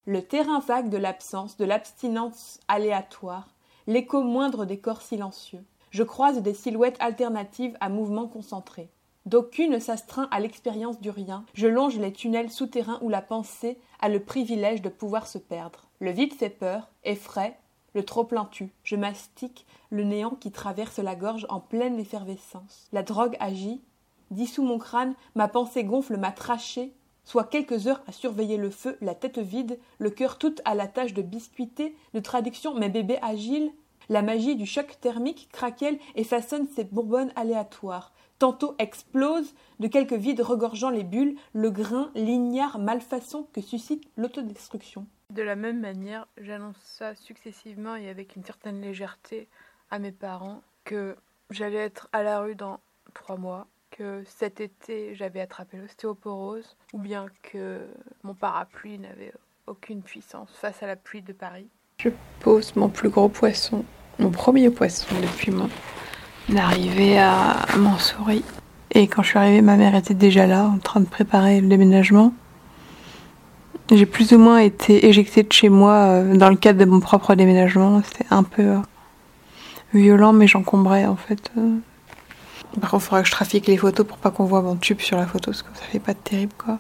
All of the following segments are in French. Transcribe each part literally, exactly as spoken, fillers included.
Le terrain vague de l'absence, de l'abstinence aléatoire, l'écho moindre des corps silencieux. Je croise des silhouettes alternatives à mouvements concentrés. D'aucune s'astreint à l'expérience du rien. Je longe les tunnels souterrains où la pensée a le privilège de pouvoir se perdre. Le vide fait peur, effraie, le trop-plein tue. Je mastique le néant qui traverse la gorge en pleine effervescence. La drogue agit, dissout mon crâne, ma pensée gonfle ma trachée, soit quelques heures à surveiller le feu, la tête vide, le cœur tout à la tâche de biscuiter, de traduction, mes bébés agiles. La magie du choc thermique craquelle et façonne ses bourbonnes aléatoires. Tantôt explose, de quelques vides regorgeant les bulles, le grain, l'ignare malfaçon que suscite l'autodestruction. De la même manière, j'annonce ça successivement et avec une certaine légèreté à mes parents que j'allais être à la rue dans trois mois, que cet été j'avais attrapé l'ostéoporose ou bien que mon parapluie n'avait aucune puissance face à la pluie de Paris. Je pose mon plus gros poisson, mon premier poisson depuis mon arrivée à Montsouris. Et quand je suis arrivée, ma mère était déjà là, en train de préparer le déménagement. J'ai plus ou moins été éjectée de chez moi euh, dans le cadre de mon propre déménagement. C'était un peu euh, violent, mais j'encombrais en fait. Euh. Par contre, il faudra que je trafique les photos pour pas qu'on voit mon tube sur la photo, parce que ça fait pas de terrible quoi.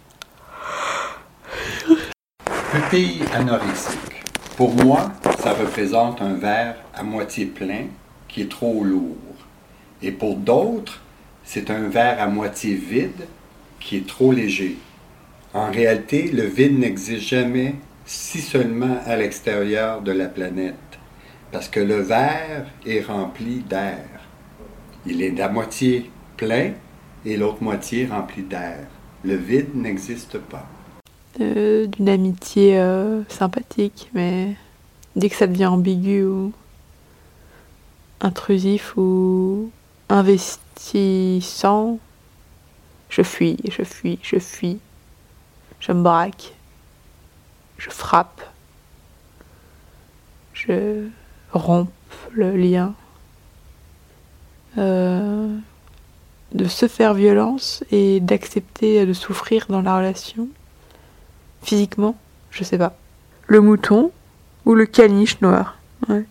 Pupille anorexique. Pour moi, ça représente un verre à moitié plein qui est trop lourd. Et pour d'autres, c'est un verre à moitié vide qui est trop léger. En réalité, le vide n'existe jamais si seulement à l'extérieur de la planète, parce que le verre est rempli d'air. Il est à moitié plein et l'autre moitié rempli d'air. Le vide n'existe pas. Euh, d'une amitié euh, sympathique, mais dès que ça devient ambigu ou intrusif ou investissant, je fuis, je fuis, je fuis. Je me braque, je frappe, je romps le lien. Euh, de se faire violence et d'accepter de souffrir dans la relation. Physiquement, je sais pas. Le mouton ou le caniche noir. Ouais.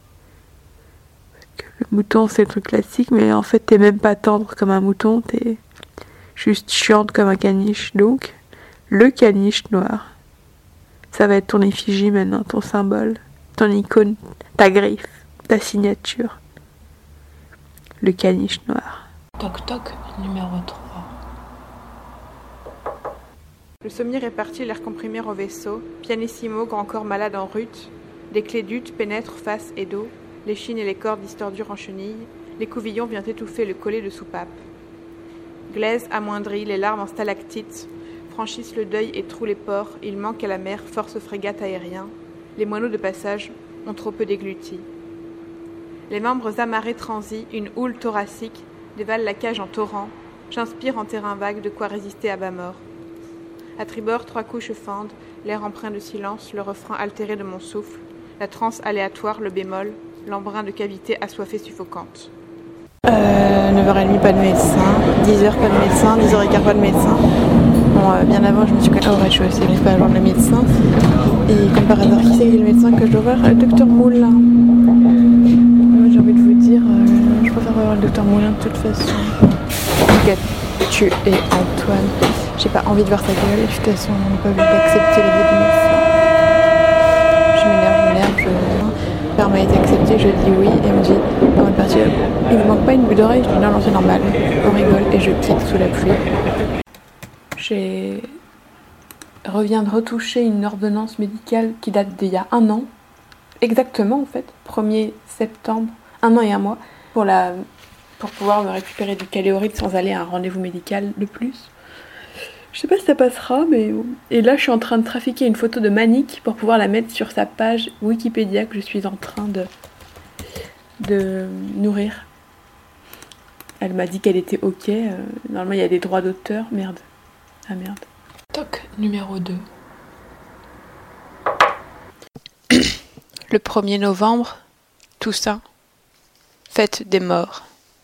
Le mouton, c'est le truc classique, mais en fait, t'es même pas tendre comme un mouton, t'es juste chiante comme un caniche. Donc, le caniche noir. Ça va être ton effigie maintenant, ton symbole, ton icône, ta griffe, ta signature. Le caniche noir. Toc toc, numéro trois. Le sommier répartit l'air comprimé au vaisseau. Pianissimo, grand corps malade en rut. Des clés d'ut pénètrent face et dos. Les chines et les cordes distordurent en chenilles. L'écouvillon vient étouffer le collet de soupape. Glaise amoindrie, les larmes en stalactites franchissent le deuil et trouent les pores. Il manque à la mer, force frégate aérien. Les moineaux de passage ont trop peu déglutis. Les membres amarrés transis, une houle thoracique, dévalent la cage en torrent. J'inspire en terrain vague de quoi résister à bas mort. À tribord, trois couches fendent, l'air empreint de silence, le refrain altéré de mon souffle, la transe aléatoire, le bémol, l'embrun de cavité assoiffée suffocante. Euh, neuf heures trente, pas de médecin. dix heures, pas de médecin. dix heures quinze, pas de médecin. Bon, euh, bien avant, je me suis connue au rez-de-chaussée, je n'arrive pas à joindre le médecin. Et comme par hasard, qui c'est le médecin que je dois voir? Le docteur Moulin. Moi, j'ai envie de vous dire, euh, je préfère voir le docteur Moulin de toute façon. Tu es Antoine. J'ai pas envie de voir sa gueule, de toute façon, on n'est pas obligé d'accepter le vie du médecin. Je m'énerve, je m'énerve, je... Le père m'a été accepté, je dis oui, et elle me dit, avant de partir, il vous manque pas une boule d'oreille? Je dis non, non, c'est normal. On rigole et je quitte sous la pluie. J'ai reviens de retoucher une ordonnance médicale qui date d'il y a un an, exactement en fait, premier septembre, un an et un mois, pour, la... pour pouvoir me récupérer du Caléoride sans aller à un rendez-vous médical de plus. Je sais pas si ça passera, mais... Et là, je suis en train de trafiquer une photo de Manique pour pouvoir la mettre sur sa page Wikipédia que je suis en train de, de nourrir. Elle m'a dit qu'elle était ok. Euh, normalement, il y a des droits d'auteur. Merde. Ah merde. Toc, numéro deux. Le premier novembre, Toussaint, fête des morts.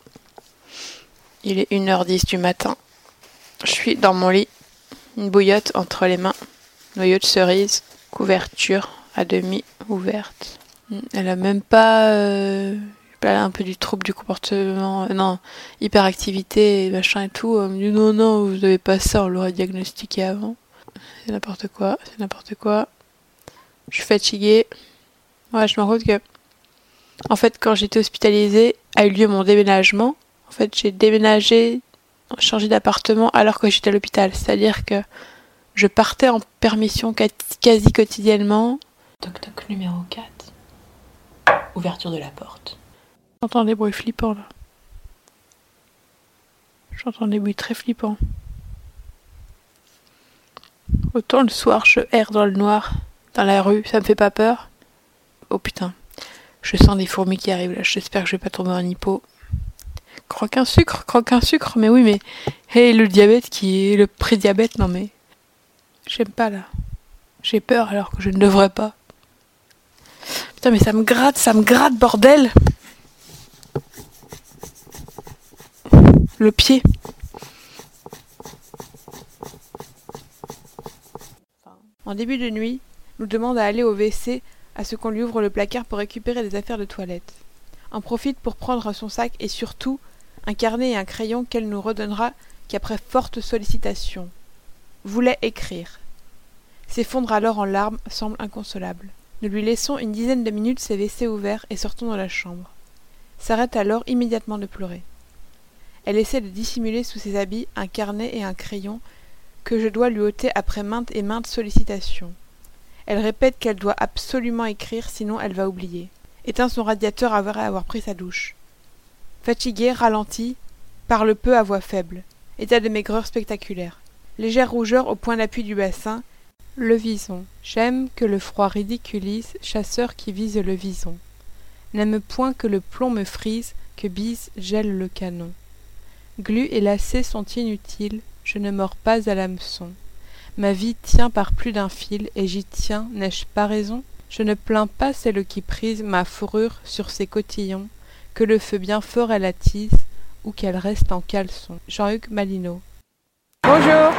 Il est une heure dix du matin. Je suis dans mon lit. Une bouillotte entre les mains, noyau de cerise, Couverture à demi ouverte. Elle a même pas... Euh... Elle a un peu du trouble du comportement, euh, non, hyperactivité et machin et tout. Elle me dit non, non, vous avez pas ça, on l'aurait diagnostiqué avant. C'est n'importe quoi, c'est n'importe quoi. Je suis fatiguée. Ouais, je me rends compte que, en fait, quand j'étais hospitalisée, a eu lieu mon déménagement. En fait, j'ai déménagé, changé d'appartement alors que j'étais à l'hôpital. C'est-à-dire que je partais en permission quasi quotidiennement. Toc toc numéro quatre. Ouverture de la porte. J'entends des bruits flippants là. J'entends des bruits très flippants. Autant le soir je erre dans le noir, dans la rue, ça me fait pas peur. Oh putain, je sens des fourmis qui arrivent là, j'espère que je vais pas tomber en hypo. Croque un sucre, croque un sucre, mais oui mais... Hé, hey, le diabète qui est le pré-diabète, non mais... J'aime pas là. J'ai peur alors que je ne devrais pas. Putain mais ça me gratte, ça me gratte bordel. Le pied. En début de nuit, nous demande à aller au W C à ce qu'on lui ouvre le placard pour récupérer des affaires de toilette. En profite pour prendre son sac et surtout un carnet et un crayon qu'elle nous redonnera qu'après forte sollicitation. Voulait écrire. S'effondre alors en larmes semble inconsolable. Nous lui laissons une dizaine de minutes ses W C ouverts et sortons dans la chambre. S'arrête alors immédiatement de pleurer. Elle essaie de dissimuler sous ses habits un carnet et un crayon que je dois lui ôter après maintes et maintes sollicitations. Elle répète qu'elle doit absolument écrire, sinon elle va oublier. Éteint son radiateur après avoir pris sa douche. Fatiguée, ralentie, parle peu à voix faible. État de maigreur spectaculaire. Légère rougeur au point d'appui du bassin. Le vison. J'aime que le froid ridiculise, chasseur qui vise le vison. N'aime point que le plomb me frise, que bise gèle le canon. Glu et lacets sont inutiles, je ne mords pas à l'hameçon. Ma vie tient par plus d'un fil, et j'y tiens, n'ai-je pas raison? Je ne plains pas celle qui prise ma fourrure sur ses cotillons, que le feu bien fort elle attise, ou qu'elle reste en caleçon. Jean-Hugues Malinaud. Bonjour.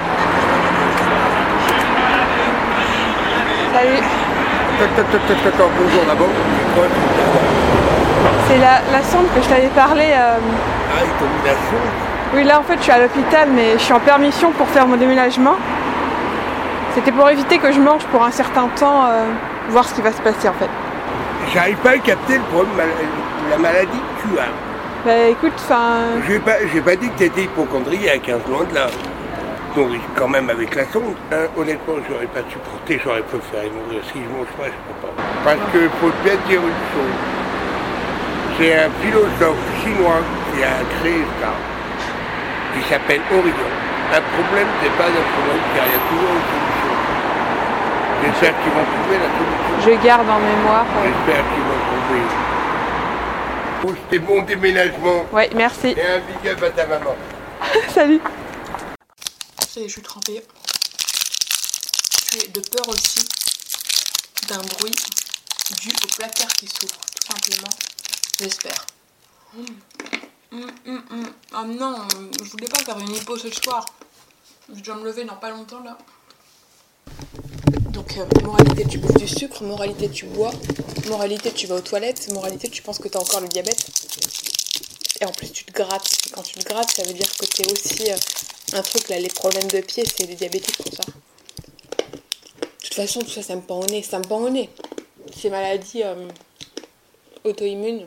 Salut. Bonjour d'abord. C'est la, la sonde que je t'avais parlé. Euh... Ah, ils t'ont mis la sonde? Oui, là en fait je suis à l'hôpital, mais je suis en permission pour faire mon déménagement. C'était pour éviter que je mange pour un certain temps, euh, voir ce qui va se passer en fait. J'arrive pas à capter le problème, la maladie que tu as. Bah écoute, enfin... J'ai pas, j'ai pas dit que t'étais hypochondriaque, hein, loin de là. Donc quand même avec la sonde, hein, honnêtement j'aurais pas supporté, j'aurais préféré mourir. Si je mange pas, je peux pas. Parce que faut bien dire une chose. C'est un philosophe chinois qui a créé ça, qui s'appelle Orion. Un problème, c'est pas un problème, car il y a toujours une solution. J'espère qu'ils vont trouver la solution. Je garde en mémoire. J'espère qu'ils vont trouver. Oh, c'était bon déménagement. Ouais, merci. Et un big up à ta maman. Salut. Ça y est, je suis trempée. J'ai de peur aussi d'un bruit dû au placard qui s'ouvre, tout simplement. J'espère. Mmh. Mmh, mmh, mmh. Ah non, je voulais pas faire une hypo ce soir. Je dois me lever dans pas longtemps là. Donc, euh, moralité, tu bouffes du sucre, moralité, tu bois, moralité, tu vas aux toilettes, moralité, tu penses que t'as encore le diabète. Et en plus, tu te grattes. Et quand tu te grattes, ça veut dire que t'es aussi euh, un truc là, les problèmes de pied, c'est les diabétiques pour ça. De toute façon, tout ça, ça me pend au nez. Ça me pend au nez. Ces maladies euh, auto-immunes.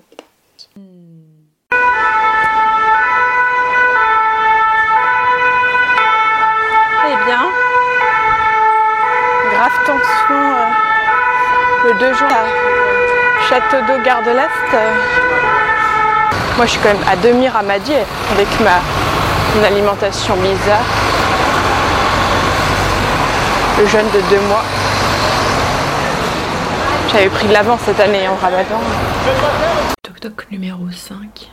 Eh bien, grave tension euh, le deux juin à Château d'Eau, Gare de l'Est. Euh, moi, je suis quand même à demi-Ramadier avec ma mon alimentation bizarre. Le jeûne de deux mois. J'avais pris de l'avance cette année en Ramadan. Toc toc numéro cinq.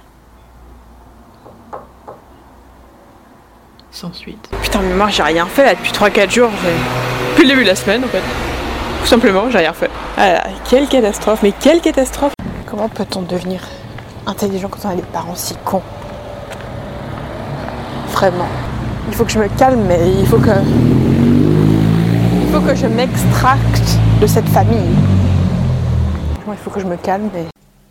Sans suite. Putain, mais moi j'ai rien fait là depuis trois quatre jours. J'ai... Depuis le début de la semaine en fait. Tout simplement, j'ai rien fait. Ah là, quelle catastrophe, mais quelle catastrophe! Comment peut-on devenir intelligent quand on a des parents si cons? Vraiment. Il faut que je me calme, mais il faut que. Il faut que je m'extracte de cette famille. Bon, il faut que je me calme. Mais...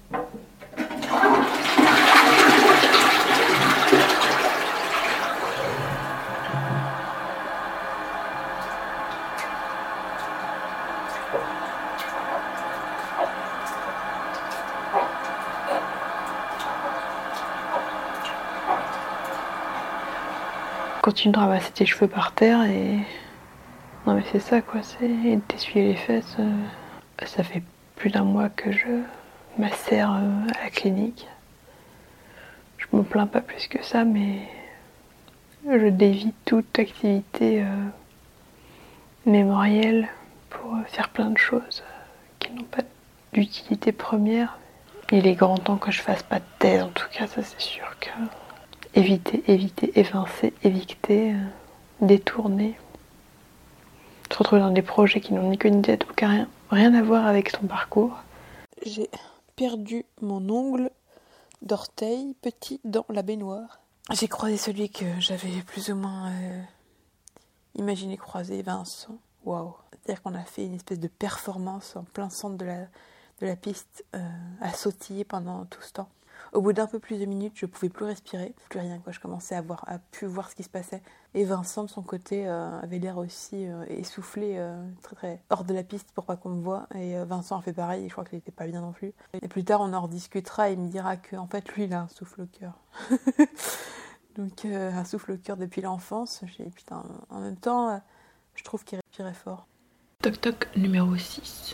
Continue de ramasser tes cheveux par terre et... Non mais c'est ça quoi, c'est t'essuyer les fesses. Euh... Ça fait plus d'un mois que je macère euh, à la clinique. Je me plains pas plus que ça, mais je dévie toute activité euh, mémorielle pour faire plein de choses qui n'ont pas d'utilité première. Il est grand temps que je fasse pas de thèse, en tout cas ça c'est sûr que... Éviter, éviter, évincer, évicter, euh, détourner. Se retrouver dans des projets qui n'ont ni queue ni tête ou rien, rien à voir avec ton parcours. J'ai perdu mon ongle d'orteil petit dans la baignoire. J'ai croisé celui que j'avais plus ou moins euh, imaginé croiser, Vincent. Waouh! C'est-à-dire qu'on a fait une espèce de performance en plein centre de la, de la piste euh, à sautiller pendant tout ce temps. Au bout d'un peu plus de minutes, je pouvais plus respirer, plus rien quoi. Je commençais à voir, à plus voir ce qui se passait. Et Vincent, de son côté, euh, avait l'air aussi euh, essoufflé, euh, très très hors de la piste pour pas qu'on me voie. Et euh, Vincent a fait pareil. Et je crois qu'il était pas bien non plus. Et plus tard, on en rediscutera et il me dira que, en fait, lui, il a un souffle au cœur. Donc, euh, un souffle au cœur depuis l'enfance. J'ai dit putain. En même temps, euh, je trouve qu'il respirait fort. Toc toc numéro six.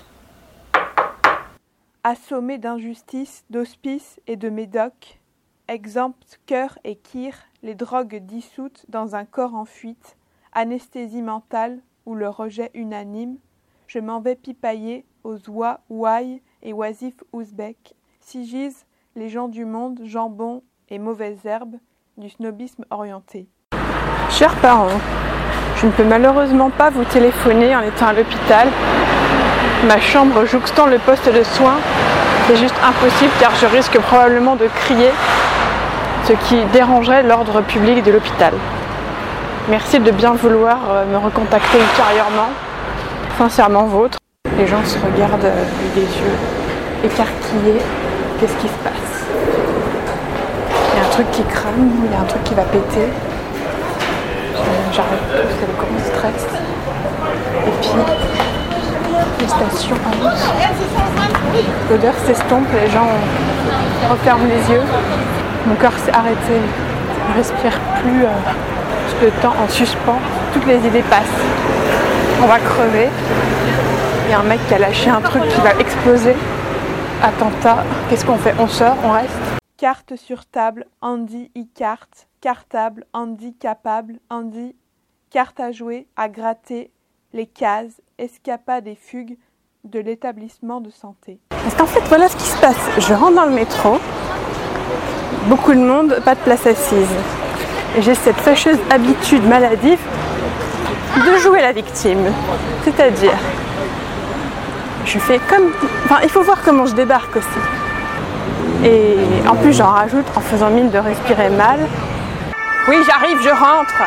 Assommés d'injustice, d'hospices et de médocs, exemptent cœur et kir, les drogues dissoutes dans un corps en fuite, anesthésie mentale ou le rejet unanime, je m'en vais pipailler aux oies, ouailles et oisifs ouzbeks, si gisent les gens du monde, jambon et mauvaises herbes, du snobisme orienté. Chers parents, je ne peux malheureusement pas vous téléphoner en étant à l'hôpital. Ma chambre jouxtant le poste de soins, c'est juste impossible car je risque probablement de crier, ce qui dérangerait l'ordre public de l'hôpital. Merci de bien vouloir me recontacter ultérieurement. Sincèrement vôtre. Les gens se regardent les yeux écarquillés. Qu'est-ce qui se passe? Il y a un truc qui crame, il y a un truc qui va péter. J'arrête tout, c'est le grand stress. Et puis, les stations avancent. L'odeur s'estompe, les gens referment les yeux. Mon cœur s'est arrêté. Je ne respire plus euh, tout le temps en suspens. Toutes les idées passent. On va crever. Il y a un mec qui a lâché un truc qui va exploser. Attentat. Qu'est-ce qu'on fait? On sort? On reste? Carte sur table, Andy e-carte, cartable, Andy capable, Andy, carte à jouer, à gratter, les cases, escapade et fugue de l'établissement de santé. Parce qu'en fait, voilà ce qui se passe. Je rentre dans le métro, beaucoup de monde, pas de place assise. Et j'ai cette fâcheuse habitude maladive de jouer la victime. C'est-à-dire, je fais comme... Enfin, il faut voir comment je débarque aussi. Et en plus, j'en rajoute en faisant mine de respirer mal. Oui, j'arrive, je rentre.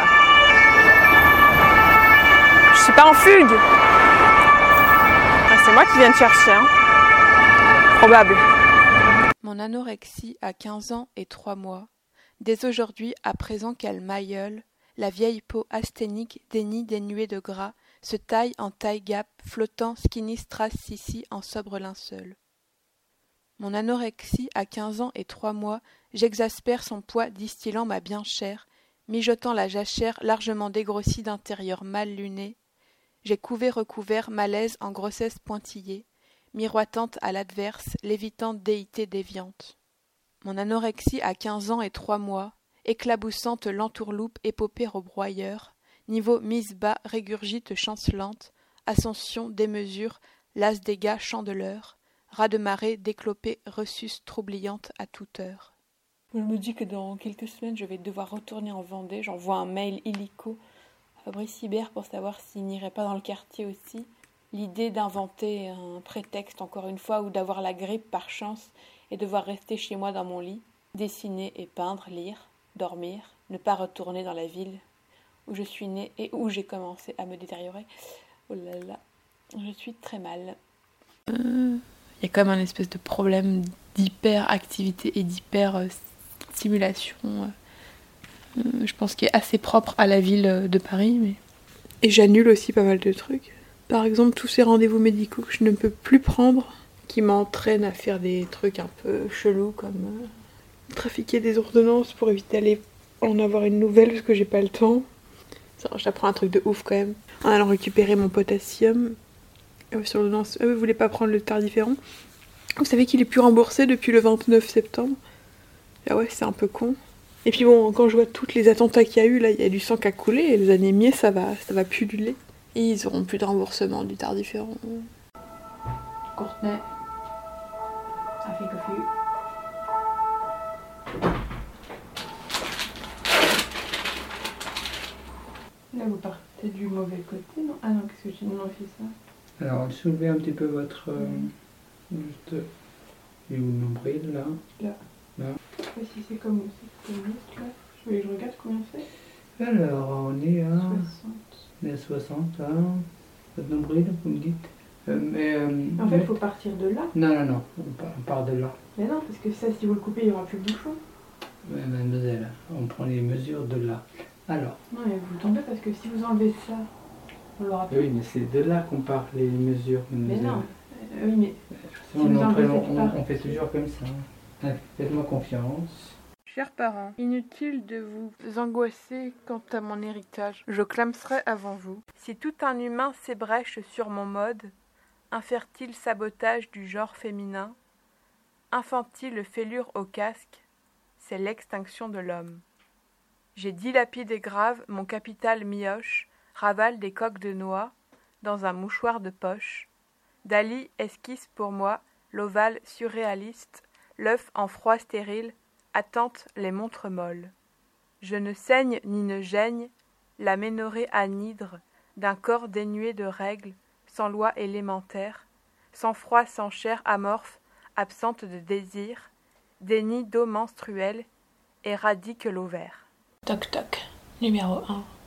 Je suis pas en fugue. Ah, c'est moi qui viens de chercher. Hein. Probable. Mon anorexie a quinze ans et trois mois. Dès aujourd'hui, à présent qu'elle m'aïeule, la vieille peau asthénique des nids dénués de gras se taille en taille-gap, flottant skinny strass sissi en sobre linceul. Mon anorexie a quinze ans et trois mois, j'exaspère son poids distillant ma bien chère, mijotant la jachère largement dégrossie d'intérieur mal luné. J'ai couvé recouvert malaise en grossesse pointillée, miroitante à l'adverse, lévitante déité déviante. Mon anorexie a quinze ans et trois mois, éclaboussante l'entourloupe épopée au broyeur, niveau mise bas régurgite chancelante, ascension démesure, las dégâts chandeleur, raz de marée déclopée ressus troubliante à toute heure. Je me dis que dans quelques semaines, je vais devoir retourner en Vendée. J'envoie un mail illico à Fabrice Hibert pour savoir s'il n'irait pas dans le quartier aussi. L'idée d'inventer un prétexte, encore une fois, ou d'avoir la grippe par chance et devoir rester chez moi dans mon lit, dessiner et peindre, lire, dormir, ne pas retourner dans la ville où je suis née et où j'ai commencé à me détériorer. Oh là là. Je suis très mal. Il euh, y a quand même un espèce de problème d'hyperactivité et d'hyper-stimulation. Euh, je pense qu'il est assez propre à la ville de Paris. Mais... Et j'annule aussi pas mal de trucs. Par exemple, tous ces rendez-vous médicaux que je ne peux plus prendre, qui m'entraînent à faire des trucs un peu chelous, comme euh, trafiquer des ordonnances pour éviter d'aller en avoir une nouvelle parce que j'ai pas le temps. J'apprends un truc de ouf quand même. En allant récupérer mon potassium euh, sur l'ordonnance. Euh, vous voulez pas prendre le tardiféron? Vous savez qu'il est plus remboursé depuis le vingt-neuf septembre. Ah ouais, c'est un peu con. Et puis bon, quand je vois toutes les attentats qu'il y a eu, là, il y a du sang qui a coulé, et les anémiés, ça va, ça va pulluler. Et ils auront plus de remboursement du tardiféron. Courtenay. I think of you. Là, vous partez du mauvais côté, non? Ah non, qu'est-ce que j'ai non fait ça? Alors, soulevez un petit peu votre... Euh, mmh. Juste... Et où le nombril, là? Là. Là. Je sais pas si c'est comme c'est comme juste là. Je voulais que je regarde combien c'est. Alors, on est à... soixante. On est à soixante, hein. Votre nombril, vous me dites euh, mais, euh, En fait, il mais... faut partir de là. Non, non, non, on part, on part de là. Mais non, parce que ça, si vous le coupez, il n'y aura plus de bouchon. Oui, mademoiselle, on prend les mesures de là. Alors. Non, mais vous tombez parce que si vous enlevez ça, on l'aura plus. Oui, mais c'est de là qu'on part les mesures, mademoiselle. Mais non, euh, oui, mais... Si on, on, on, on fait toujours comme ça. Hein. Faites-moi confiance. Chers parents, inutile de vous angoisser quant à mon héritage. Je clamerai avant vous. Si tout un humain s'ébrèche sur mon mode, infertile sabotage du genre féminin, infantile fêlure au casque, c'est l'extinction de l'homme. J'ai dilapidé grave mon capital mioche, ravale des coques de noix, dans un mouchoir de poche. Dali esquisse pour moi l'ovale surréaliste, l'œuf en froid stérile, attente les montres molles. Je ne saigne ni ne gêne, la ménorée anhydre d'un corps dénué de règles, sans loi élémentaire, sans froid, sans chair amorphe, absente de désir, déni d'eau menstruelle, éradique l'ovaire. Toc toc, numéro un.